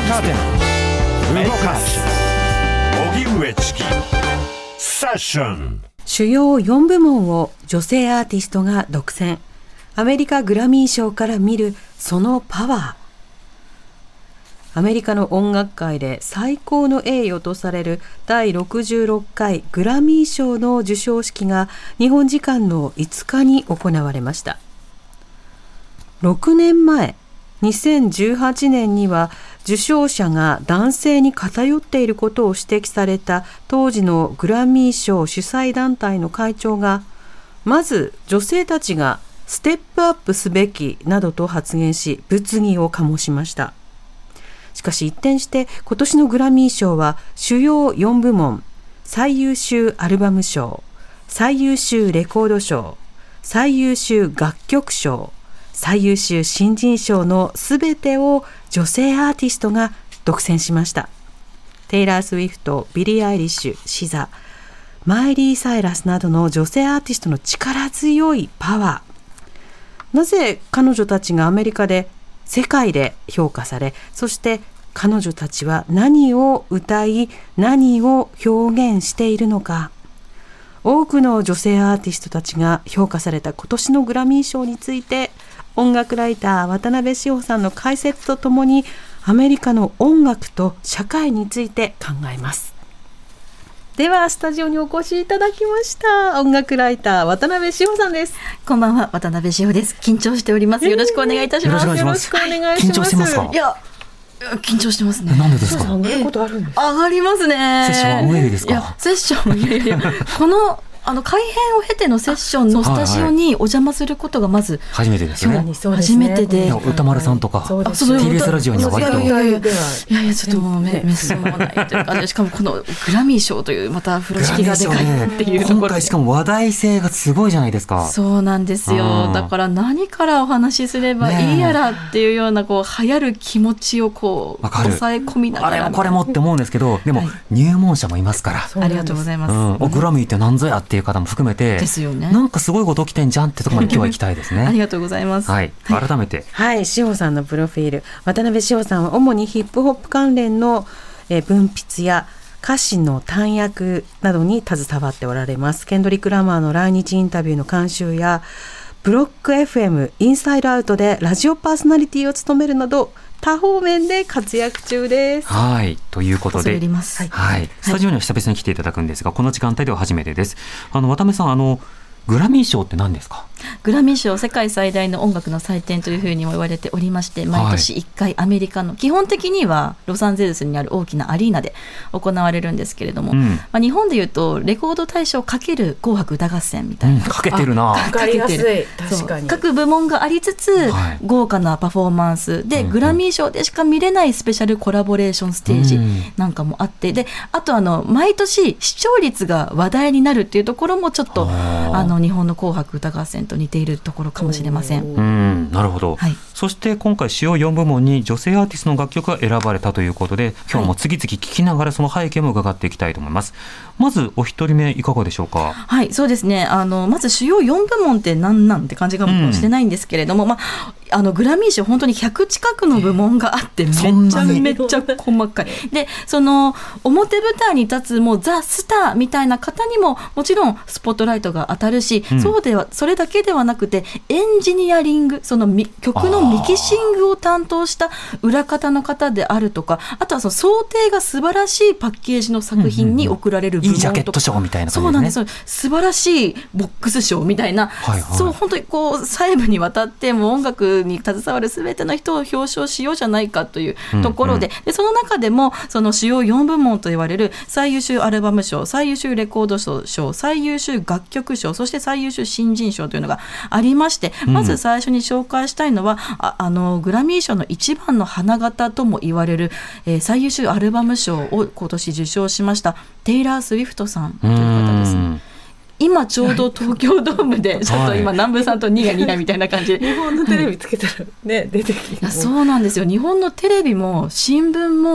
若手動かす荻上チキセッション。 主要4部門を女性アーティストが独占。アメリカグラミー賞から見るそのパワー。アメリカの音楽界で最高の栄誉とされる第66回グラミー賞の授賞式が日本時間の5日に行われました。6年前、2018年には受賞者が男性に偏っていることを指摘された当時のグラミー賞主催団体の会長が、まず女性たちがステップアップすべきなどと発言し、物議を醸しました。しかし一転して今年のグラミー賞は主要4部門、最優秀アルバム賞、最優秀レコード賞、最優秀楽曲賞、最優秀新人賞のすべてを女性アーティストが独占しました。テイラー・スウィフト、ビリー・アイリッシュ、シザ、マイリー・サイラスなどの女性アーティストの力強いパワー。なぜ彼女たちがアメリカで世界で評価され、そして彼女たちは何を歌い、何を表現しているのか。多くの女性アーティストたちが評価された今年のグラミー賞について、音楽ライター渡辺志保さんの解説とともにアメリカの音楽と社会について考えます。ではスタジオにお越しいただきました音楽ライター渡辺志保さんです。 こんばんは、渡辺志保です。緊張しております。よろしくお願いいたします。 よろしくお願いします。 緊張してますか？ いや、緊張してますね。 なんでですか？ 上がることあるんですか？ 上がりますね。 セッションは無理ですか？ いや、セッション、いやこの改編を経てのセッションのスタジオにお邪魔することがまず初めてですね。 初めてで、 歌丸さんとか TBS ラジオには割といやちょっともうメスもないというか、しかもこのグラミー賞というまた風呂敷がでかいっていうところで、 今回しかも話題性がすごいじゃないですか。 そうなんですよ。だから何からお話しすればいいやらっていうような流行る気持ちを抑え込みながら、 あれもこれもって思うんですけど、でも入門者もいますから、 ありがとうございます。 グラミーって何ぞやっていう方も含めてですよね。 なんかすごいこと起きてんじゃんってところまで今日は行きたいですね。 ありがとうございます。 はい、改めて、 はい、志保さんのプロフィール。渡辺志保さんは主にヒップホップ関連の文筆や歌詞の短訳などに携わっておられます。ケンドリック・ラマーの来日インタビューの監修やブロック FM インサイドアウトでラジオパーソナリティを務めるなど多方面で活躍中です。 はい、ということで、 はい、 スタジオには久々に来ていただくんですが、この時間帯では初めてです。渡辺さん、グラミー賞って何ですか？ グラミー賞、世界最大の音楽の祭典というふうにも言われておりまして、毎年1回アメリカの、基本的にはロサンゼルスにある大きなアリーナで行われるんですけれども、日本でいうとレコード大賞×紅白歌合戦みたいな、 かけてるな。 分かりやすい。確かに各部門がありつつ、豪華なパフォーマンスで、グラミー賞でしか見れないスペシャルコラボレーションステージなんかもあって、であと毎年視聴率が話題になるっていうところもちょっと日本の紅白歌合戦と似ているところかもしれません。 なるほど、はい、そして今回主要4部門に女性アーティストの楽曲が選ばれたということで、今日も次々聞きながらその背景も伺っていきたいと思います。まずお一人目いかがでしょうか？ はい、そうですね。まず主要4部門って何なんて感じかもしれないんですけれども、グラミー賞本当に100近くの部門があって、めちゃ細かいで、その表舞台に立つもうザ・スターみたいな方にももちろんスポットライトが当たるし、それだけではなくてエンジニアリング、その曲のミキシングを担当した裏方の方であるとか、あとはその想定が素晴らしいパッケージの作品に贈られる部門とか、 いいジャケット賞みたいな感じですね。 そうなんです。素晴らしいボックス賞みたいな、そう本当に細部にわたってもう音楽に携わる全ての人を表彰しようじゃないかというところで、その中でもその主要4部門と言われる最優秀アルバム賞、最優秀レコード賞、最優秀楽曲賞、そして最優秀新人賞というのがありまして、まず最初に紹介したいのはグラミー賞の一番の花形とも言われる、最優秀アルバム賞を今年受賞しましたテイラー・スウィフトさんという方ですね。今ちょうど東京ドームでちょっと今南部さんと2が2だみたいな感じで日本のテレビつけたらね、出てきて、 そうなんですよ。日本のテレビも新聞も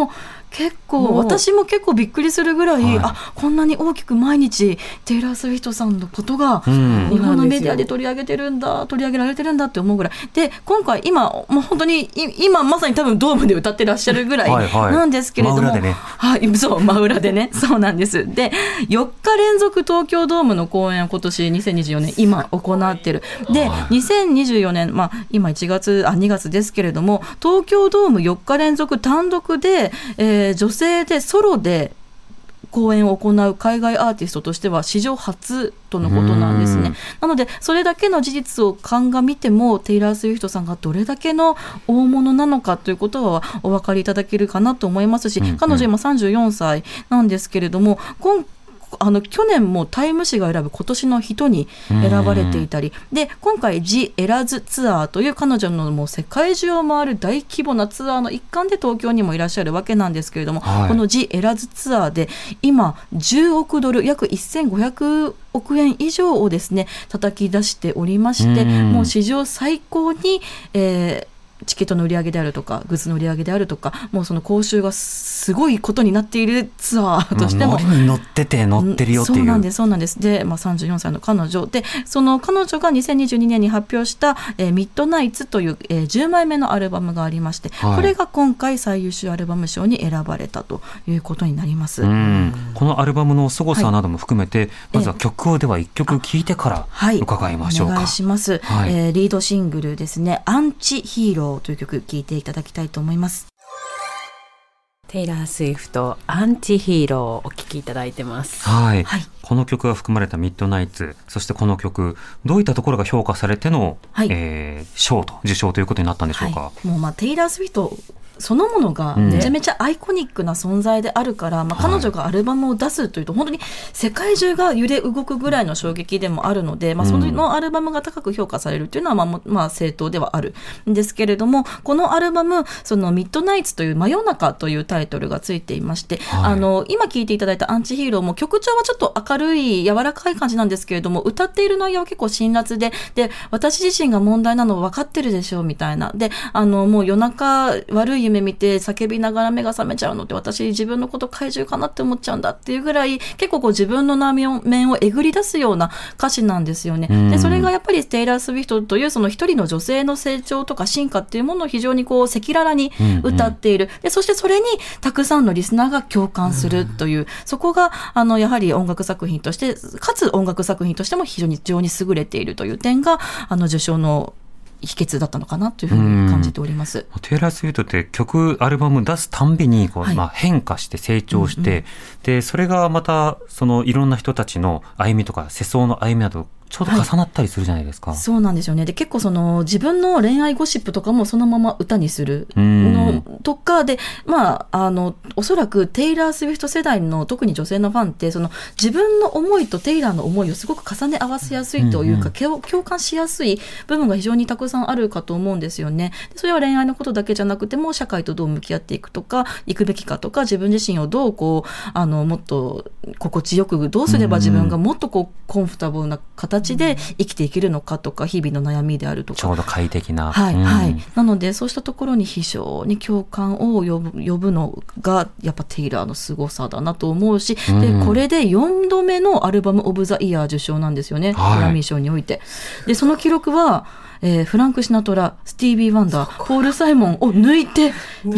結構私も結構びっくりするぐらい、こんなに大きく毎日テイラー・スウィフトさんのことが日本のメディアで取り上げられてるんだって思うぐらいで、今回今もう本当に今まさに多分ドームで歌ってらっしゃるぐらいなんですけれども、真裏でね、そう真裏でねそうなんです。で4日連続東京ドームの公演を今年2024年今行ってる。で2024年、今2月ですけれども、東京ドーム4日連続単独で、女性でソロで公演を行う海外アーティストとしては史上初とのことなんですね。なのでそれだけの事実を鑑みてもテイラー・スウィフトさんがどれだけの大物なのかということはお分かりいただけるかなと思いますし、彼女今34歳なんですけれども、去年もタイム誌が選ぶ今年の人に選ばれていたりで、今回ジ・エラズツアーという彼女のもう世界中を回る大規模なツアーの一環で東京にもいらっしゃるわけなんですけれども、このジ・エラズツアーで今10億ドル約1500億円以上をですね叩き出しておりまして、もう史上最高に、チケットの売り上げであるとかグッズの売り上げであるとか、もうその講習がすごいことになっているツアーとしても、 乗りに乗ってるよっていう、 そうなんですで、34歳の彼女で、その彼女が2022年に発表した、ミッドナイツという、10枚目のアルバムがありまして、これが今回最優秀アルバム賞に選ばれたということになります。 このアルバムの凄さなども含めて、まずは曲をでは1曲聴いてから伺いましょうか。 お願いします。リードシングルですね、アンチヒーローという曲聴いていただきたいと思います。 テイラー・スウィフトアンチヒーローをお聴きいただいてます。 この曲が含まれたミッドナイツ、そしてこの曲どういったところが評価されての、受賞ということになったんでしょうか。 もうテイラー・スウィフトそのものがめちゃめちゃアイコニックな存在であるから、彼女がアルバムを出すというと本当に世界中が揺れ動くぐらいの衝撃でもあるので、そのアルバムが高く評価されるというのは正当ではあるんですけれども、このアルバムそのミッドナイツという真夜中というタイトルがついていまして、今聴いていただいたアンチヒーローも曲調はちょっと明るい柔らかい感じなんですけれども、歌っている内容は結構辛辣で、私自身が問題なのは分かってるでしょうみたいなで、もう夜中悪い夢見て叫びながら目が覚めちゃうのって、私自分のこと怪獣かなって思っちゃうんだっていうぐらい結構自分の内面をえぐり出すような歌詞なんですよね。でそれがやっぱりテイラー・スウィフトというその一人の女性の成長とか進化っていうものを非常に赤裸々に歌っている。でそしてそれにたくさんのリスナーが共感するという、そこがやはり音楽作品としてかつ音楽作品としても非常に優れているという点が受賞の秘訣だったのかなというふうに感じております。 テイラー・スウィフトってアルバム出すたんびに変化して成長して、でそれがまたいろんな人たちの歩みとか世相の歩みなどちょうど重なったりするじゃないですか。 そうなんですよね。で結構自分の恋愛ゴシップとかもそのまま歌にするのとかで、おそらくテイラー・スウィフト世代の特に女性のファンって自分の思いとテイラーの思いをすごく重ね合わせやすいというか、共感しやすい部分が非常にたくさんあるかと思うんですよね。でそれは恋愛のことだけじゃなくても社会とどう向き合っていくとか行くべきかとか、自分自身をどうもっと心地よくどうすれば自分がもっとコンフォタブルな形で生きていけるのかとか、日々の悩みであるとか、 ちょうど快適な、 なのでそうしたところに非常に共感を呼ぶのがやっぱテイラーの凄さだなと思うし、でこれで4度目のアルバムオブザイヤー受賞なんですよね、グラミー賞において。でその記録はフランク・シナトラ、スティービー・ワンダー、ポール・サイモンを抜いて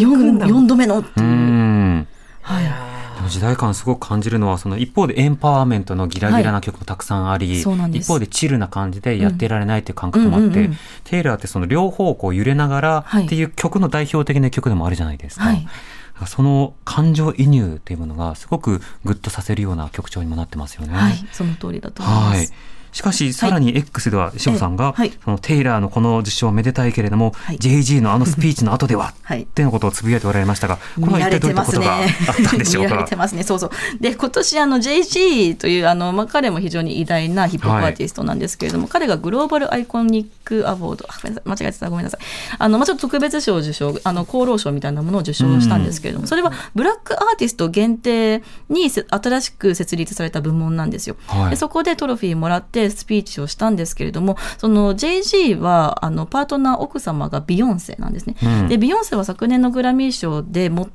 4度目のっていう。 時代感すごく感じるのは、一方でエンパワーメントのギラギラな曲もたくさんあり、一方でチルな感じでやっていられないという感覚もあって、テイラーって両方揺れながらっていう曲の代表的な曲でもあるじゃないですか。その感情移入っていうものがすごくグッとさせるような曲調にもなってますよね。 その通りだと思います。 しかしさらに X では志保さんが、そのテイラーのこの受賞をめでたいけれども、JG のスピーチの後ではっていうのことをつぶやいておられましたが、これは一体どういったことがあったんでしょうか。 見られてますね。で今年JG という彼も非常に偉大なヒップホップアーティストなんですけれども、彼がグローバルアイコニックアワード、間違えてた、ごめんなさい、ちょっと特別賞を受賞、厚労省みたいなものを受賞したんですけれども、それはブラックアーティスト限定に新しく設立された部門なんですよ。でそこでトロフィーもらって、 ってスピーチをしたんですけれども、その JG はパートナー奥様がビヨンセなんですね、でビヨンセは昨年のグラミー賞でもって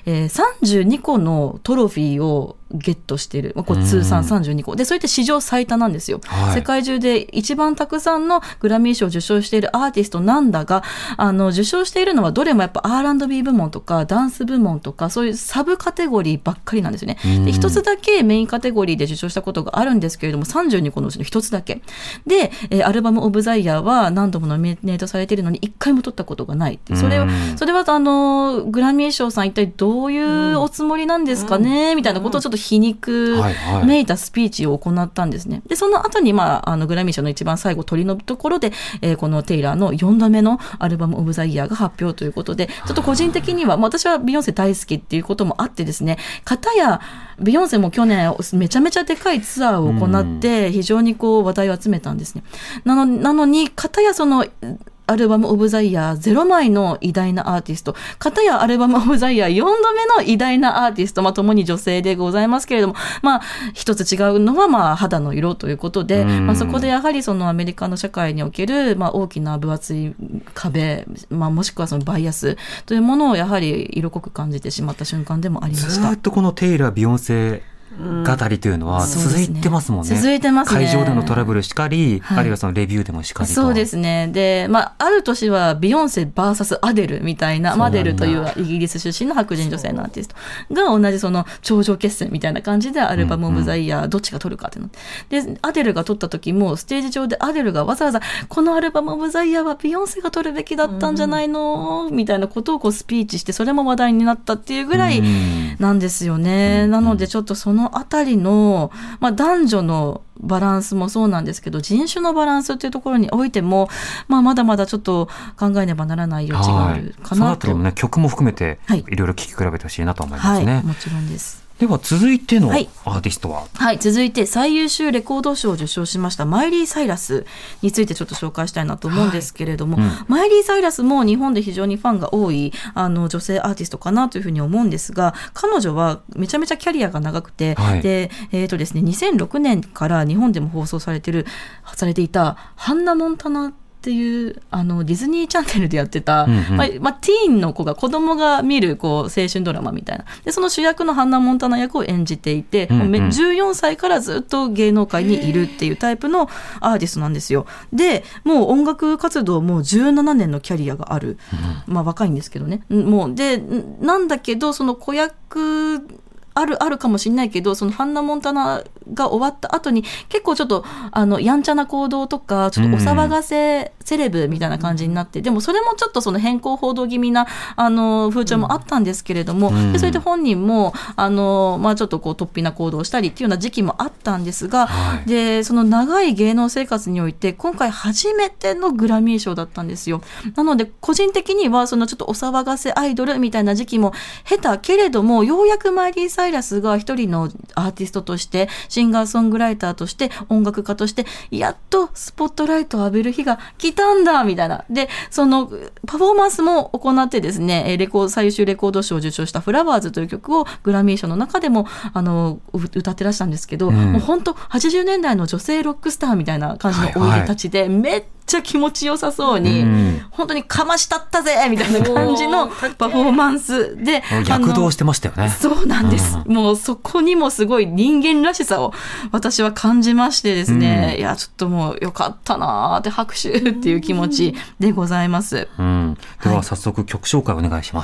、32個のトロフィーをゲットしている、これ通算32個で、それって史上最多なんですよ、世界中で一番たくさんのグラミー賞を受賞しているアーティストなんだが、受賞しているのはどれもやっぱ R&B 部門とかダンス部門とかそういうサブカテゴリーばっかりなんですよね。で一つだけメインカテゴリーで受賞したことがあるんですけれども、32個のうちの一つだけで、アルバムオブザイヤーは何度もノミネートされているのに一回も取ったことがないって、それはグラミー賞さん一体どういうおつもりなんですかね、みたいなことをちょっと皮肉めいたスピーチを行ったんですね。でその後に、グラミー賞の一番最後鳥のところで、このテイラーの4度目のアルバムオブザイヤーが発表ということで、ちょっと個人的には、私はビヨンセ大好きっていうこともあってですね、片やビヨンセも去年めちゃめちゃでかいツアーを行って非常に話題を集めたんですね。なのに片やそのアルバムオブザイヤー0枚の偉大なアーティスト、片やアルバムオブザイヤー4度目の偉大なアーティスト、共に女性でございますけれども、一つ違うのは肌の色ということで、そこでやはりそのアメリカの社会における、大きな分厚い壁、もしくはそのバイアスというものをやはり色濃く感じてしまった瞬間でもありました。 ずっとこのテイラー・ビヨンセ語りというのは続いてますもんね。 続いてますね。 会場でのトラブルしかり、あるいはそのレビューでもしかりと。 そうですね。で、ある年はビヨンセ VS アデルみたいな、マデルというイギリス出身の白人女性のアーティストが同じその頂上決戦みたいな感じでアルバムオブザイヤーどっちが取るかってなって、でアデルが取った時もステージ上でアデルがわざわざこのアルバムオブザイヤーはビヨンセが取るべきだったんじゃないの、みたいなことをスピーチして、それも話題になったっていうぐらいなんですよね。なのでちょっとそのあたりの男女のバランスもそうなんですけど、人種のバランスというところにおいても、まだまだちょっと考えねばならない余地があるかなと。 そのあたりもね、曲も含めていろいろ聴き比べてほしいなと思いますね。 もちろんです。 では続いてのアーティストは、 続いて最優秀レコード賞を受賞しましたマイリー・サイラスについてちょっと紹介したいなと思うんですけれども、マイリー・サイラスも日本で非常にファンが多い女性アーティストかなというふうに思うんですが、彼女はめちゃめちゃキャリアが長くて、で、ですね、2006年から日本でも放送されていたハンナ・モンタナっていうディズニーチャンネルでやってた、ティーンの子供が見る青春ドラマみたいなで、その主役のハンナ・モンタナ役を演じていて、14歳からずっと芸能界にいるっていうタイプのアーティストなんですよ。でもう音楽活動も17年のキャリアがある、若いんですけどね。もうでなんだけど、その子役あるかもしれないけど、そのハンナ・モンタナが終わった後に結構ちょっとやんちゃな行動とかちょっとお騒がせセレブみたいな感じになって、でもそれもちょっとその変更報道気味な風潮もあったんですけれども、でそれで本人もちょっと突飛な行動をしたりっていうような時期もあったんですが、でその長い芸能生活において今回初めてのグラミー賞だったんですよ。なので個人的にはそのちょっとお騒がせアイドルみたいな時期も経たけれども、ようやくマイリー・サイラスが一人のアーティストとしてシンガーソングライターとして音楽家としてやっとスポットライトを浴びる日が来たんだみたいな。でそのパフォーマンスも行ってですね、最優秀レコード賞を受賞したフラワーズという曲をグラミー賞の中でも歌ってらしたんですけど、もう本当80年代の女性ロックスターみたいな感じのおいでたちで、めっちゃ気持ちよさそうに、本当にかましたったぜみたいな感じのパフォーマンスで躍動してましたよね。 そうなんです、もうそこにもすごい人間らしさを私は感じましてですね、いやちょっともうよかったなーって拍手っていう気持ちでございます。 では早速曲紹介お願いします。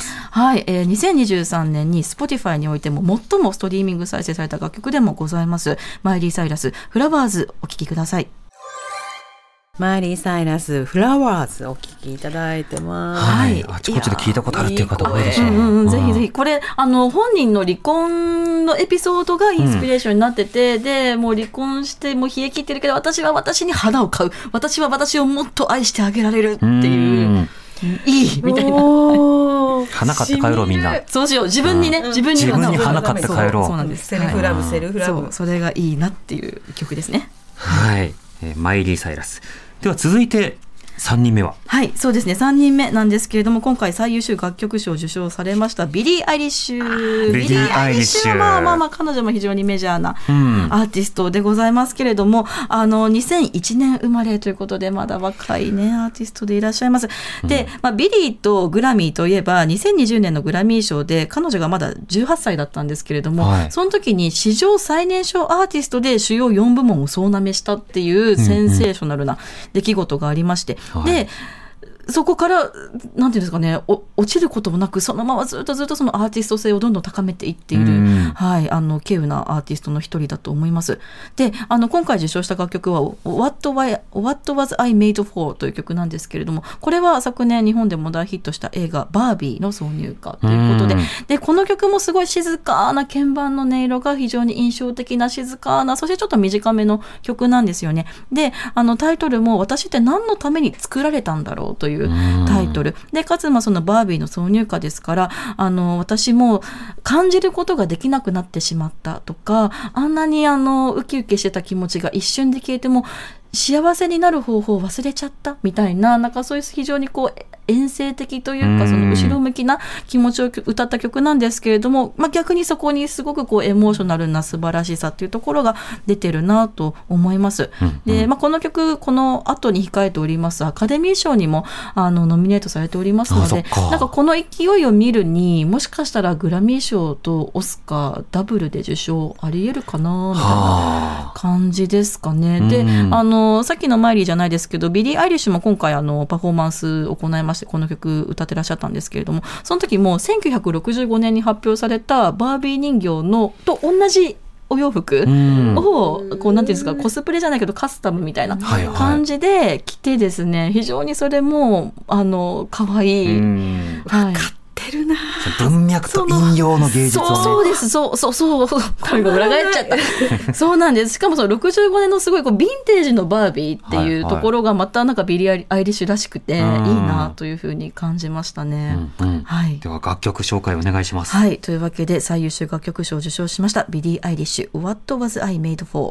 2023年に Spotify においても最もストリーミング再生された楽曲でもございますマイリー・サイラスフラワーズお聴きください。 マイリー・サイラスフラワーズお聞きいただいてます。 あちこちで聞いたことあるっていう方多いでしょう。 ぜひぜひこれ本人の離婚のエピソードがインスピレーションになってて、でもう離婚してもう冷え切ってるけど、私は私に花を買う、私は私をもっと愛してあげられるっていういいみたいな花買って帰ろうみんな。 そうしよう、自分にね、自分に花買って帰ろう。 そうなんです。 セルフラブ、セルフラブ。 それがいいなっていう曲ですね。 マイリー・サイラス。では続いて 3人目ははいそうですね3人目なんですけれども、今回最優秀楽曲賞を受賞されましたビリー・アイリッシュ。 ビリー・アイリッシュはまあ彼女も非常にメジャーなアーティストでございますけれども、2001年生まれということでまだ若いねアーティストでいらっしゃいます。で、ビリーとグラミーといえば2020年のグラミー賞で彼女がまだ18歳だったんですけれども、その時に史上最年少アーティストで主要4部門を総なめしたっていうセンセーショナルな出来事がありまして、でそこからなんていうんですかね、落ちることもなくそのままずっとそのアーティスト性をどんどん高めていっている、稀有なアーティストの一人だと思います。で今回受賞した楽曲は What Was I Made For という曲なんですけれども、これは昨年日本でも大ヒットした映画バービーの挿入歌ということで、この曲もすごい静かな鍵盤の音色が非常に印象的な静かな、そしてちょっと短めの曲なんですよね。でタイトルも私って何のために作られたんだろうというタイトルで、かつそのバービーの挿入歌ですから、私も感じることができなくなってしまったとか、あんなにウキウキしてた気持ちが一瞬で消えても幸せになる方法を忘れちゃったみたいな、なんかそういう非常にこう遠征的というかその後ろ向きな気持ちを歌った曲なんですけれども、逆にそこにすごくこうエモーショナルな素晴らしさっていうところが出てるなと思います。で、この曲この後に控えておりますアカデミー賞にもノミネートされておりますので、なんかこの勢いを見るにもしかしたらグラミー賞とオスカーダブルで受賞ありえるかなみたいな感じですかね。でさっきのマイリーじゃないですけど、ビリー・アイリッシュも今回パフォーマンスを行いましてこの曲歌ってらっしゃったんですけれども、その時も1965年に発表されたバービー人形のと同じお洋服をこうなんていうんですか、コスプレじゃないけどカスタムみたいな感じで着てですね、非常にそれも可愛い。るな文脈と引用の芸術をね。 そうですそう髪が裏返っちゃったそうなんです。しかもその65年のすごいこうヴィンテージのバービーっていうところがまたなんかビリー・アイリッシュらしくていいなというふうに感じましたね。 では楽曲紹介お願いします。 はい、というわけで最優秀楽曲賞を受賞しましたビリー・アイリッシュ What Was I Made For。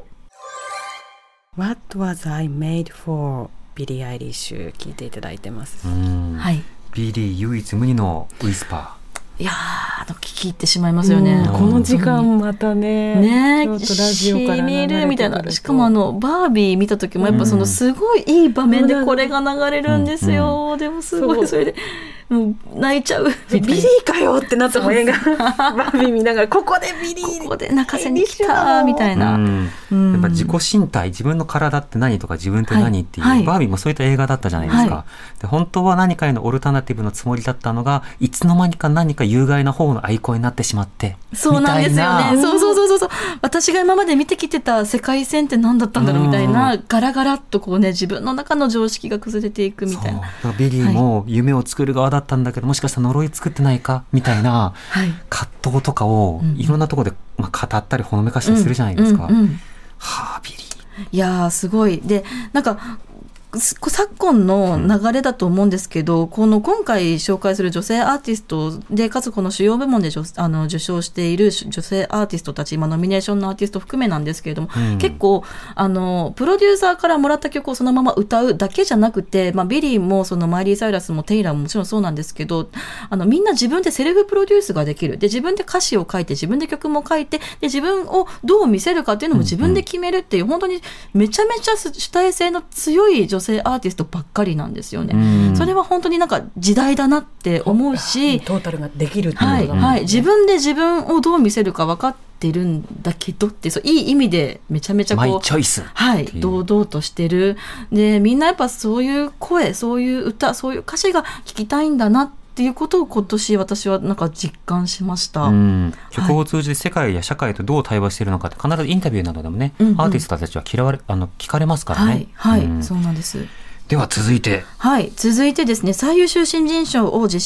What Was I Made For ビリー・アイリッシュ聴いていただいてます。 はい、 ビリー唯一無二のウィスパー。いや聞き入ってしまいますよね。 この時間またねちょっとラジオから流れてくるとみたいな。しかもバービー見た時もやっぱそのすごいいい場面でこれが流れるんですよ。でもすごいそれでもう泣いちゃう。 ビリーかよってなったもん映画バービー見ながらここでビリーここで泣かせに来たみたいな。 やっぱ自己身体、自分の体って何とか自分って何っていう、バービーもそういった映画だったじゃないですか。で本当は何かへのオルタナティブのつもりだったのがいつの間にか何か有害な方のアイコンになってしまってそうなんですよね。そう私が今まで見てきてた世界線って何だったんだろうみたいな、ガラガラっとこうね自分の中の常識が崩れていくみたいな。 ビリーも夢を作る側だったんだけど、もしかしたら呪い作ってないかみたいな葛藤とかをいろんなところで語ったりほのめかしたりするじゃないですか。ビリー。 いやすごい。でなんか昨今の流れだと思うんですけど、この今回紹介する女性アーティストでかつこの主要部門で受賞している女性アーティストたち、ノミネーションのアーティスト含めなんですけれども、結構プロデューサーからもらった曲をそのまま歌うだけじゃなくて、ビリーもそのマイリー・サイラスもテイラーももちろんそうなんですけど、みんな自分でセルフプロデュースができる。で自分で歌詞を書いて自分で曲も書いて、で自分をどう見せるかっていうのも自分で決めるっていう、本当にめちゃめちゃ主体性の強い女性アーティストばっかりなんですよね。それは本当になんか時代だなって思うし、 トータルができるってことだもんね。 自分で自分をどう見せるか分かってるんだけどって、そういい意味でめちゃめちゃこうマイチョイス、 堂々としてる。でみんなやっぱそういう声、そういう歌、そういう歌詞が聞きたいんだなっていうことを今年私はなんか実感しました。 曲を通じて世界や社会とどう対話しているのかって必ずインタビューなどでもね、アーティストたちは聞かれますからね。 そうなんです。 では続いてですね、最優秀新人賞を受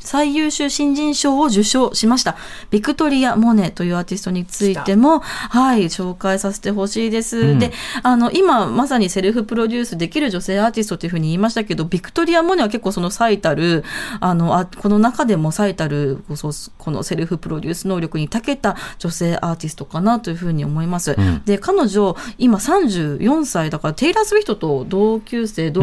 賞しましたビクトリア・モネというアーティストについても紹介させてほしいです。で今まさにセルフプロデュースできる女性アーティストというふうに言いましたけど、ビクトリア・モネは結構その最たるこの中でも最たるこのセルフプロデュース能力に長けた女性アーティストかなというふうに思います。で彼女今34歳だからテイラー・スウィフトと同級生同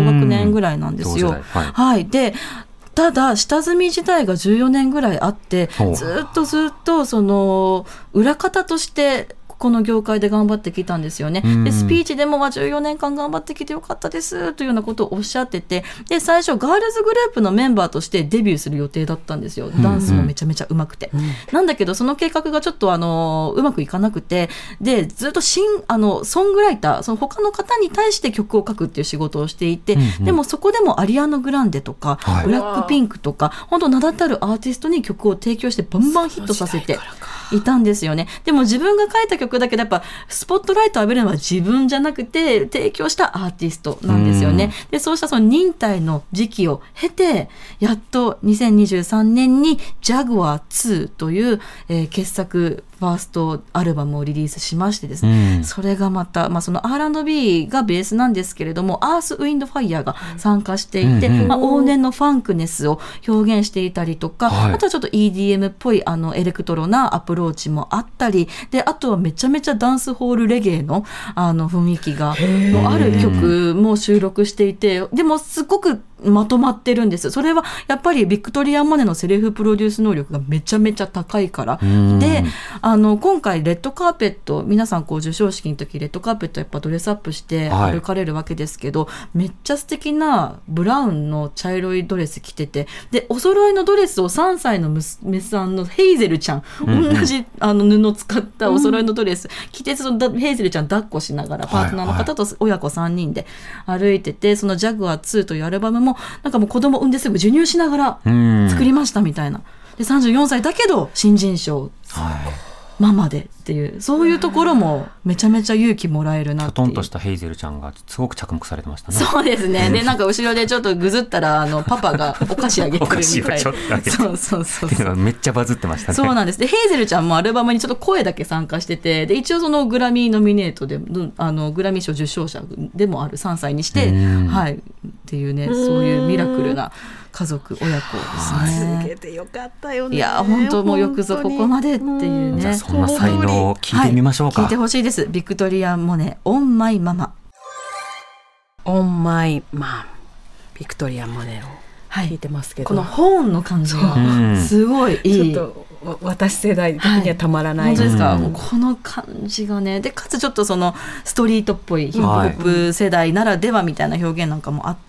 学年ぐらいなんですよ。はい、でただ下積み時代が14年ぐらいあって、ずっとその裏方としてこの業界で頑張ってきたんですよね。でスピーチでも14年間頑張ってきてよかったですというようなことをおっしゃってて、で最初ガールズグループのメンバーとしてデビューする予定だったんですよ。ダンスもめちゃめちゃうまくて、なんだけどその計画がちょっとうまくいかなくて、でずっとソングライター、その他の方に対して曲を書くっていう仕事をしていて、でもそこでもアリアナ・グランデとか、ブラックピンクとか本当名だたるアーティストに曲を提供してバンバンヒットさせていたんですよね。でも自分が書いた曲だけどやっぱスポットライトを浴びるのは自分じゃなくて提供したアーティストなんですよね。でそうしたその忍耐の時期を経てやっと2023年にジャグワー2という、傑作ファーストアルバムをリリースしましてですね、それがまた、その R&B がベースなんですけれども、アース・ウィンド・ファイヤーが参加していて、往年のファンクネスを表現していたりとか、あとはちょっと EDM っぽいエレクトロなアプローチもあったりで、あとはめちゃめちゃダンスホールレゲエの雰囲気がある曲も収録していて、でもすごくまとまってるんです。それはやっぱりビクトリア・モネのセルフプロデュース能力がめちゃめちゃ高いからで、今回レッドカーペット、皆さん授賞式の時レッドカーペットやっぱドレスアップして歩かれるわけですけど、めっちゃ素敵なブラウンの茶色いドレス着てて、でお揃いのドレスを3歳の娘さんのヘイゼルちゃん、同じ布を使ったお揃いのドレス着て、そのヘイゼルちゃん抱っこしながらパートナーの方と親子3人で歩いてて、そのジャグワー2というアルバムもなんかもう子供産んですぐ授乳しながら作りましたみたいな。で34歳だけど新人賞、ママでっていう、そういうところもめちゃめちゃ勇気もらえるなっていう。 トンとしたヘイゼルちゃんがすごく着目されてましたね。 そうですね。でなんか後ろでちょっとぐずったらパパがお菓子あげてるみたいなそうめっちゃバズってましたね。 そうなんです。でヘイゼルちゃんもアルバムにちょっと声だけ参加してて、で一応そのグラミーノミネートでグラミー賞受賞者でもある3歳にして、はいっていうね、そういうミラクルな家族親子ですね。 続けてよかったよね。 いや本当もうよくぞここまでっていうね。 じゃあそんな才能を聞いてみましょうか。 聞いてほしいです。ビクトリア・モネ、オンマイママ。 オンマイマン、ビクトリア・モネを聞いてますけど、 このホーンの感じがすごいいい。 ちょっと私世代的にはたまらない。 本当ですか。この感じがね、でかつちょっとそのストリートっぽいヒップホップ世代ならではみたいな表現なんかもあって、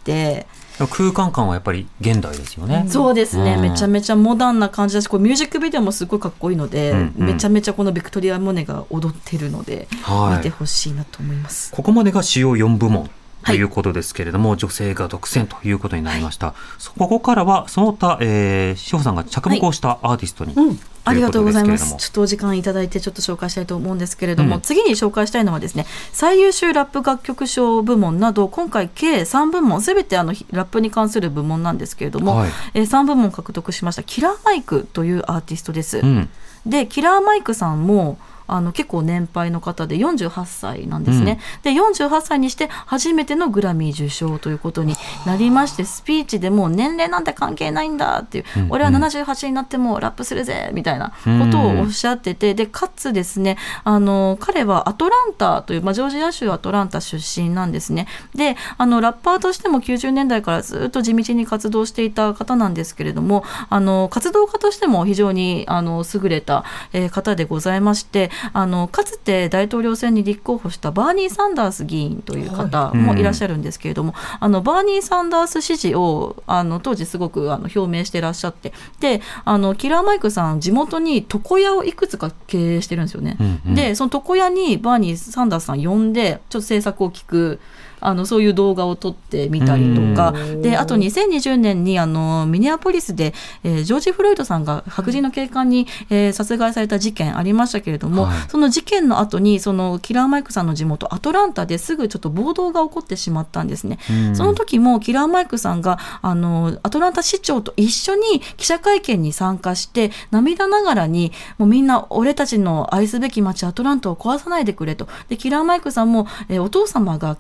空間感はやっぱり現代ですよね。 そうですね、めちゃめちゃモダンな感じだし、ミュージックビデオもすごいかっこいいので、めちゃめちゃこのビクトリア・モネが踊ってるので、見てほしいなと思います。 ここまでが主要4部門ということですけれども、女性が独占ということになりました。ここからはその他、志保さんが着目をしたアーティストに、 ありがとうございます。ちょっとお時間いただいてちょっと紹介したいと思うんですけれども、次に紹介したいのはですね、最優秀ラップ楽曲賞部門など今回計3部門、すべてラップに関する部門なんですけれども、3部門獲得しましたキラーマイクというアーティストです。でキラーマイクさんも結構年配の方で48歳なんですね。で48歳にして初めてのグラミー受賞ということになりまして、スピーチでも年齢なんて関係ないんだっていう、俺は78になってもラップするぜみたいなことをおっしゃってて、でかつですね、彼はアトランタという、ジョージア州アトランタ出身なんですね。でラッパーとしても90年代からずっと地道に活動していた方なんですけれども、活動家としても非常に優れた、方でございまして、かつて大統領選に立候補したバーニー・サンダース議員という方もいらっしゃるんですけれども、バーニー・サンダース支持を当時すごく表明していらっしゃって、でキラーマイクさん地元に床屋をいくつか経営してるんですよね。でその床屋にバーニー・サンダースさん呼んでちょっと制作を聞くそういう動画を撮ってみたりとかで、あと2020年にミネアポリスで、ジョージ・フロイドさんが白人の警官に、殺害された事件ありましたけれども、その事件の後にそのキラーマイクさんの地元アトランタですぐちょっと暴動が起こってしまったんですね。その時もキラーマイクさんがアトランタ市長と一緒に記者会見に参加して涙ながらに、もうみんな俺たちの愛すべき街アトランタを壊さないでくれと。でキラーマイクさんも、お父様が警官でい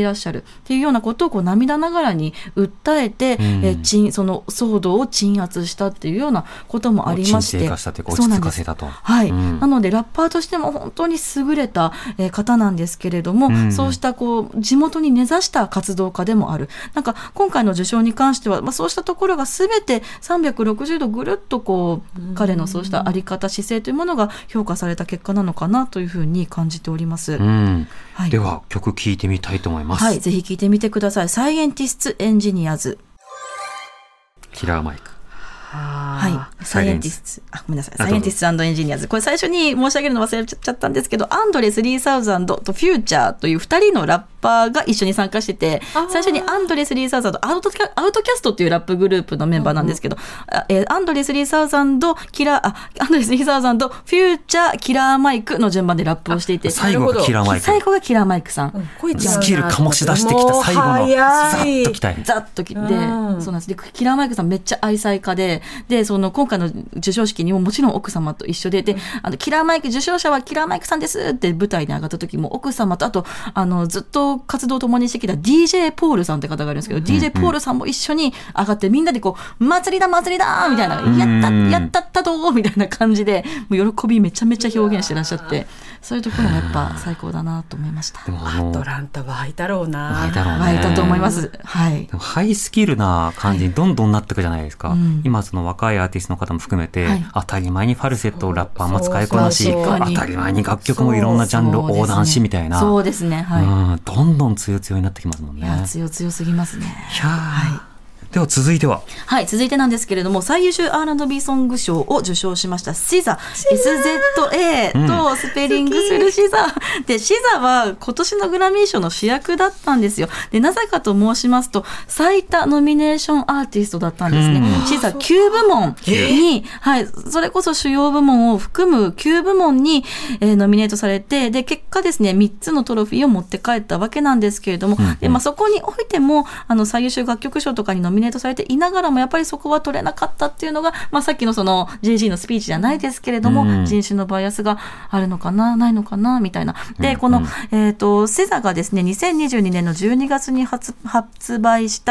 いらっしゃるっていうようなことをこう涙ながらに訴えて、その騒動を鎮圧したっていうようなこともありまして、 沈静化したというか落ち着かせたと。 はい、なのでラッパーとしても本当に優れた方なんですけれども、そうしたこう地元に根ざした活動家でもある。なんか今回の受賞に関しては、そうしたところが全て360度ぐるっとこう、彼のそうしたあり方姿勢というものが評価された結果なのかなというふうに感じております。 はい、では曲聴いてみたいと思います。 はい、ぜひ聴いてみてください。サイエンティスツ・エンジニアズ。 キラーマイク。 はい、サイエンティスト、ごめんなさい、サイエンティスト&エンジニアズ。これ最初に申し上げるの忘れちゃったんですけど、アンドレ3000とフューチャーという2人のラッパーが一緒に参加してて、最初にアンドレ3000とアウトキャストっていうラップグループのメンバーなんですけど、アンドレ3000アンドレ3000フューチャーキラーマイクの順番でラップをしていて、 最後がキラーマイク。 最後がキラーマイクさん。 スキル醸し出してきた最後のザッときたい。 ザッときて、そうなんです。でキラーマイクさんめっちゃ愛妻家で、その今回の授賞式にももちろん奥様と一緒で、キラーマイク受賞者はキラーマイクさんですって舞台に上がった時も奥様と、あとずっと活動を共にしてきた DJ ポールさんって方がいるんですけど、DJ ポールさんも一緒に上がって、みんなでこう祭りだみたいな、やったどうみたいな感じでもう喜びめちゃめちゃ表現してらっしゃって、そういうところもやっぱ最高だなと思いました。 でもアトランタ湧いたろうな。 湧いたと思います。はい。 でもハイスキルな感じにどんどんなっていくじゃないですか。今その若いアーティストの方も含めて、当たり前にファルセットをラッパーも使いこなし、当たり前に楽曲もいろんなジャンルを横断しみたいな。 そうですね。はい。 どんどん強になってきますもんね。 いや、強すぎますね。 はい。では続いては、 はい、続いてなんですけれども、最優秀 R&B ソング賞を受賞しましたシザ SZA とスペリングするシザ、でシザは今年のグラミー賞の主役だったんですよ。でなぜかと申しますと、最多ノミネーションアーティストだったんですね。シザ9部門に、はい、それこそ主要部門を含む9部門に、ノミネートされて、で結果ですね3つのトロフィーを持って帰ったわけなんですけれども、でそこにおいても最優秀楽曲賞とかにノミネートされていながらもやっぱりそこは取れなかったっていうのが、さっきのその JG のスピーチじゃないですけれども、人種のバイアスがあるのかなないのかなみたいな。でこの、セザがですね2022年の12月に発売した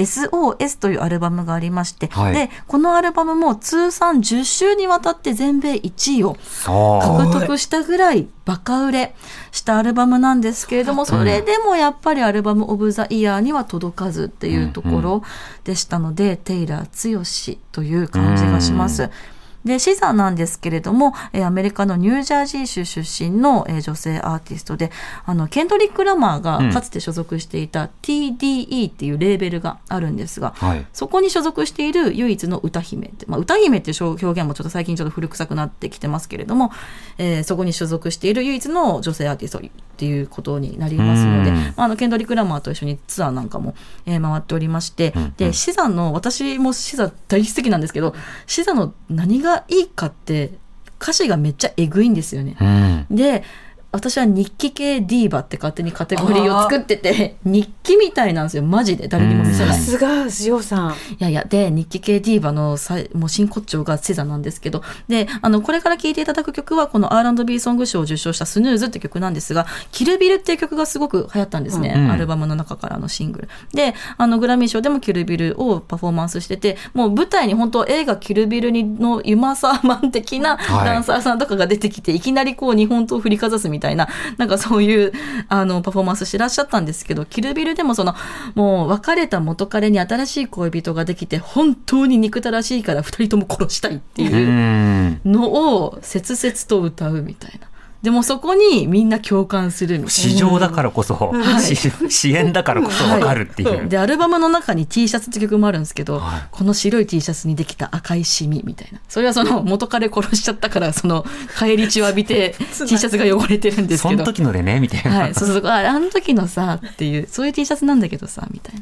SOS というアルバムがありまして、でこのアルバムも通算10週にわたって全米1位を獲得したぐらいバカ売れしたアルバムなんですけれども、それでもやっぱりアルバムオブザイヤーには届かずっていうところでしたので、テイラー剛という感じがします。でシザなんですけれども、アメリカのニュージャージー州出身の、女性アーティストで、ケンドリック・ラマーがかつて所属していた TDE っていうレーベルがあるんですが、そこに所属している唯一の歌姫って、歌姫っていう表現もちょっと最近ちょっと古臭くなってきてますけれども、そこに所属している唯一の女性アーティストっていうことになりますので、ケンドリック・ラマーと一緒にツアーなんかも、回っておりまして、でシザの、私もシザ大好きなんですけど、シザの何がいいかって歌詞がめっちゃエグいんですよね。で私は日記系ディーバって勝手にカテゴリーを作ってて、日記みたいなんですよ、マジで誰にも見せない。 さすが塩さん。 で日記系ディーバのもう真骨頂がセザなんですけど、でこれから聴いていただく曲はこの R&B ソング賞を受賞したスヌーズって曲なんですが、キルビルっていう曲がすごく流行ったんですね、アルバムの中からのシングルで、グラミー賞でもキルビルをパフォーマンスしてて、もう舞台に本当映画キルビルのユマサーマン的なダンサーさんとかが出てきて、いきなりこう日本刀を振りかざすみたいな、なんかそういうパフォーマンスしてらっしゃったんですけど、キルビルでももう別れた元彼に新しい恋人ができて本当に憎たらしいから2人とも殺したいっていうのを切々と歌うみたいな。でもそこにみんな共感するみたいな。 市場だからこそ、支援だからこそ分かるっていう、 でアルバムの中に T シャツって曲もあるんですけど、この白い T シャツにできた赤いシミみたいな、それはその元彼殺しちゃったから返り血を浴びて T シャツが汚れてるんですけど、 その時のでねみたいな、 そうあの時のさっていう、そういう T シャツなんだけどさみたいな。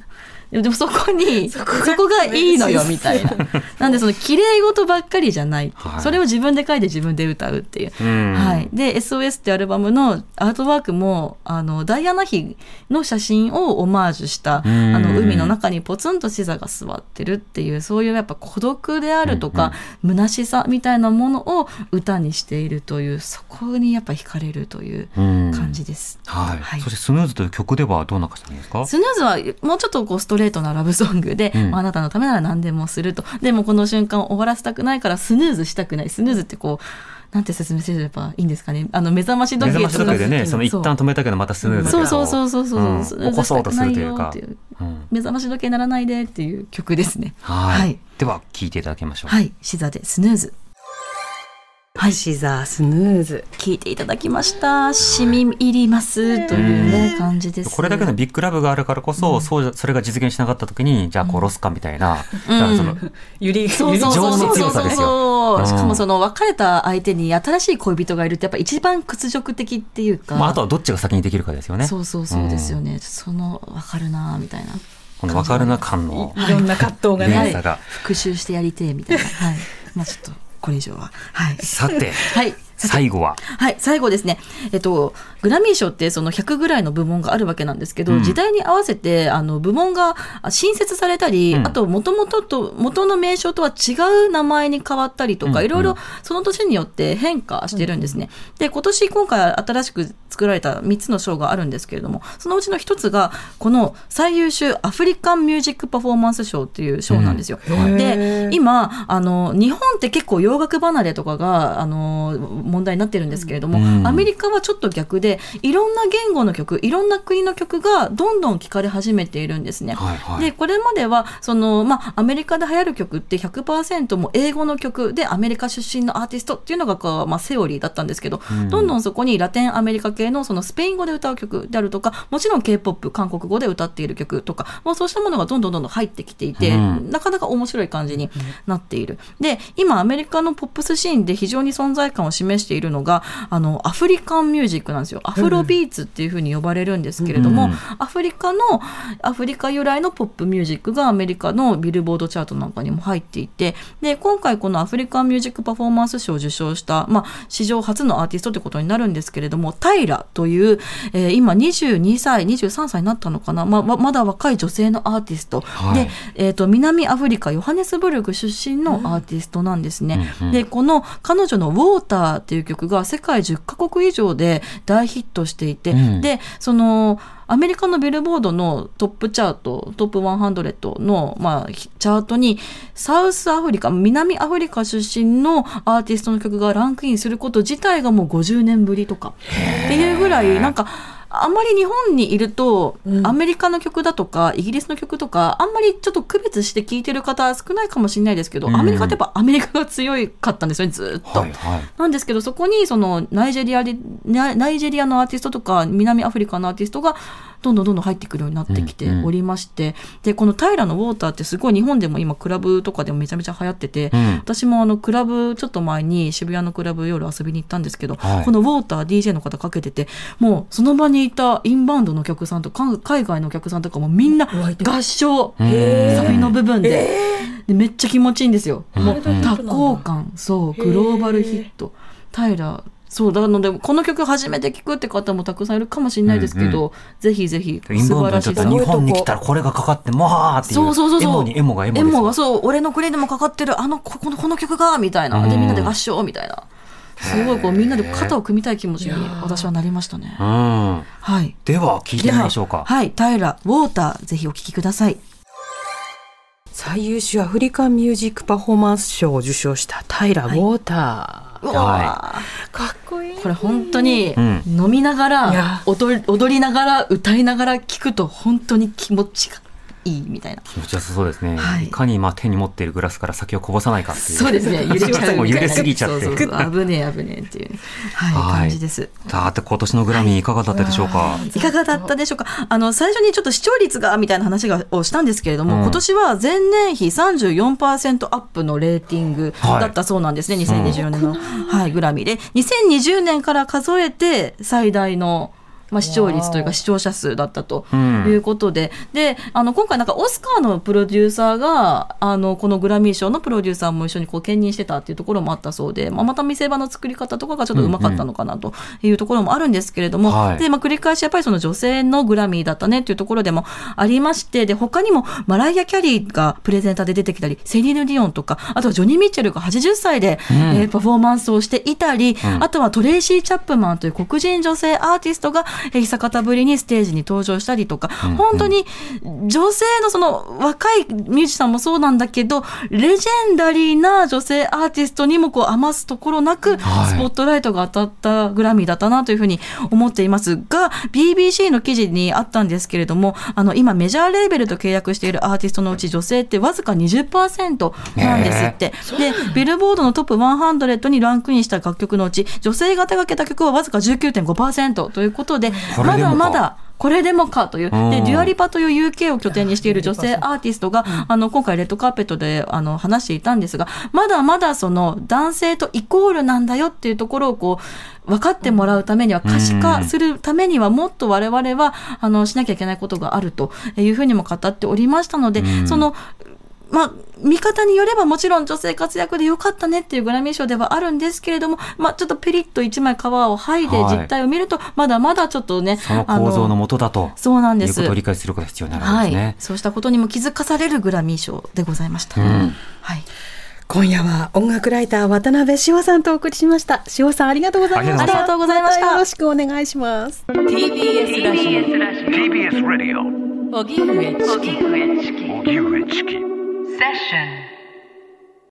でもそこがいいのよみたいな。なんでその綺麗事ばっかりじゃない、はい、それを自分で書いて自分で歌うっていう、はい、で SOS ってアルバムのアートワークもダイアナ妃の写真をオマージュした海の中にポツンとシザが座ってるっていう、そういうやっぱ孤独であるとか、虚しさみたいなものを歌にしているという、そこにやっぱ惹かれるという感じです、 はいはい、そしてスヌーズという曲ではどんな歌詞なんですか？ スヌーズはもうちょっとこうストレートなラブソングで、あなたのためなら何でもすると、でもこの瞬間を終わらせたくないからスヌーズしたくない。スヌーズってこうなんて説明すればいいんですかね。目覚まし時計でね、その一旦止めたけどまたスヌーズそう起こそうとするというか、 目覚まし時計ならないでっていう曲ですね。 はい、では聴いていただきましょう。 はい、シザでスヌーズ。 はい、シザースヌーズ聞いていただきました。染み入りますというね感じです。 これだけのビッグラブがあるからこそ、それが実現しなかった時にじゃあ殺すかみたいな、だからその揺り情の強さですよ。 しかもその別れた相手に新しい恋人がいるってやっぱ一番屈辱的っていうか、 あとはどっちが先にできるかですよね。 そうですよね。その分かるなみたいな、 この分かるな感のいろんな葛藤がね、 復讐してやりてえみたいな、はい、ちょっとこれ以上は、はい、 さて、 はい、 最後は、 はい、最後ですね。グラミー賞ってその100ぐらいの部門があるわけなんですけど、時代に合わせて部門が新設されたり、あと元の名称とは違う名前に変わったりとか、いろいろその年によって変化してるんですね。で、今回新しく作られた3つの賞があるんですけれども、そのうちの1つがこの最優秀アフリカンミュージックパフォーマンス賞っていう賞なんですよ。で、今日本って結構洋楽離れとかが問題になってるんですけれども、アメリカはちょっと逆で、いろんな言語の曲、いろんな国の曲がどんどん聴かれ始めているんですね。で、これまではアメリカで流行る曲って 100% も英語の曲でアメリカ出身のアーティストっていうのがセオリーだったんですけど、どんどんそこにラテンアメリカ系のそのスペイン語で歌う曲であるとか、もちろん K-POP 韓国語で歌っている曲とか、そうしたものがどんどん入ってきていて、なかなか面白い感じになっている。で、今アメリカのポップスシーンで非常に存在感を示しているのがアフリカンミュージックなんですよ。アフロビーツっていう風に呼ばれるんですけれども、アフリカ由来のポップミュージックがアメリカのビルボードチャートなんかにも入っていて、で今回このアフリカンミュージックパフォーマンス賞を受賞した、史上初のアーティストということになるんですけれども、タイラという、今22歳23歳になったのかな、まだ若い女性のアーティスト、で、南アフリカヨハネスブルク出身のアーティストなんですね。で、この彼女のウォーターっていう曲が世界10カ国以上で大ヒットしていて、でそのアメリカのビルボードのトップチャート、トップ100の、チャートにサウスアフリカ、南アフリカ出身のアーティストの曲がランクインすること自体がもう50年ぶりとかっていうぐらい、なんかあんまり日本にいると、アメリカの曲だとかイギリスの曲とかあんまりちょっと区別して聴いてる方少ないかもしれないですけど、アメリカってやっぱアメリカが強かったんですよね、ずっと、なんですけど、そこにそのナイジェリアのアーティストとか南アフリカのアーティストがどんどん入ってくるようになってきておりまして、でこのタイラのウォーターってすごい日本でも今クラブとかでもめちゃめちゃ流行ってて、私もクラブちょっと前に渋谷のクラブ夜遊びに行ったんですけど、このウォーター DJ の方かけてて、もうその場にいたインバウンドのお客さんとか海外のお客さんとかもみんな合唱、サビの部分でめっちゃ気持ちいいんですよ。もう多幸感、そうグローバルヒット、タイラ、そうなのでこの曲初めて聴くって方もたくさんいるかもしれないですけど、ぜひぜひ素晴らしい。 日本に来たらこれがかかってもわーっていう、エモにエモがエモですよ。 エモがそう、俺の国でもかかってるこの曲がみたいな、でみんなで合唱みたいな、すごいこうみんなで肩を組みたい気持ちに私はなりましたね。はい、 では聞いてみましょうか。 はい、タイラウォーター、ぜひお聴きください。 最優秀アフリカンミュージックパフォーマンス賞を受賞したタイラウォーター、 かっこいい。これ本当に飲みながら、踊りながら歌いながら聴くと本当に気持ちがいいみたいな。 気持ちよさそうですね。いかに手に持っているグラスから酒をこぼさないかっていう。 そうですね。揺れちゃうみたいな。 揺れすぎちゃって。 そう危ねえっていう、感じです。 だって今年のグラミーいかがだったでしょうか。 いかがだったでしょうか。最初にちょっと視聴率がみたいな話をしたんですけれども、今年は前年比 34% アップのレーティングだったそうなんですね。2024年の、グラミーで2020年から数えて最大の視聴率というか視聴者数だったということで、で今回なんかオスカーのプロデューサーがこのグラミー賞のプロデューサーも一緒に兼任してたっていうところもあったそうで、また見せ場の作り方とかがちょっとうまかったのかなというところもあるんですけれども、で繰り返しやっぱりその女性のグラミーだったねっていうところでもありまして、で他にもマライア・キャリーがプレゼンターで出てきたり、セリーヌ・ディオンとか、あとはジョニー・ミッチェルが80歳で、パフォーマンスをしていたり、あとはトレイシー・チャップマンという黒人女性アーティストが久方ぶりにステージに登場したりとか、本当に女性のその若いミュージシャンもそうなんだけど、レジェンダリーな女性アーティストにも余すところなくスポットライトが当たったグラミーだったなというふうに思っていますが、 BBC の記事にあったんですけれども、今メジャーレーベルと契約しているアーティストのうち女性ってわずか 20% なんですって。でビルボードのトップ100にランクインした楽曲のうち女性が手掛けた曲はわずか 19.5% ということで、まだまだこれでもかという。でデュアリパという UK を拠点にしている女性アーティストが今回レッドカーペットで話していたんですが、まだまだその男性とイコールなんだよっていうところを分かってもらうためには、可視化するためにはもっと我々はしなきゃいけないことがあるというふうにも語っておりましたので、その見方によればもちろん女性活躍でよかったねっていうグラミー賞ではあるんですけれども、ちょっとペリッと一枚皮を剥いで実態を見ると、まだまだちょっとね、 その構造の元だとそうなんです、 いうことを理解することが必要になるんですね。 そうしたことにも気づかされるグラミー賞でございました。 今夜は音楽ライター渡辺志保さんとお送りしました。志保さんありがとうございました。 ありがとうございました。 よろしくお願いします。 TBS ラジオ TBS ラジオ荻上チキ荻上チキセッション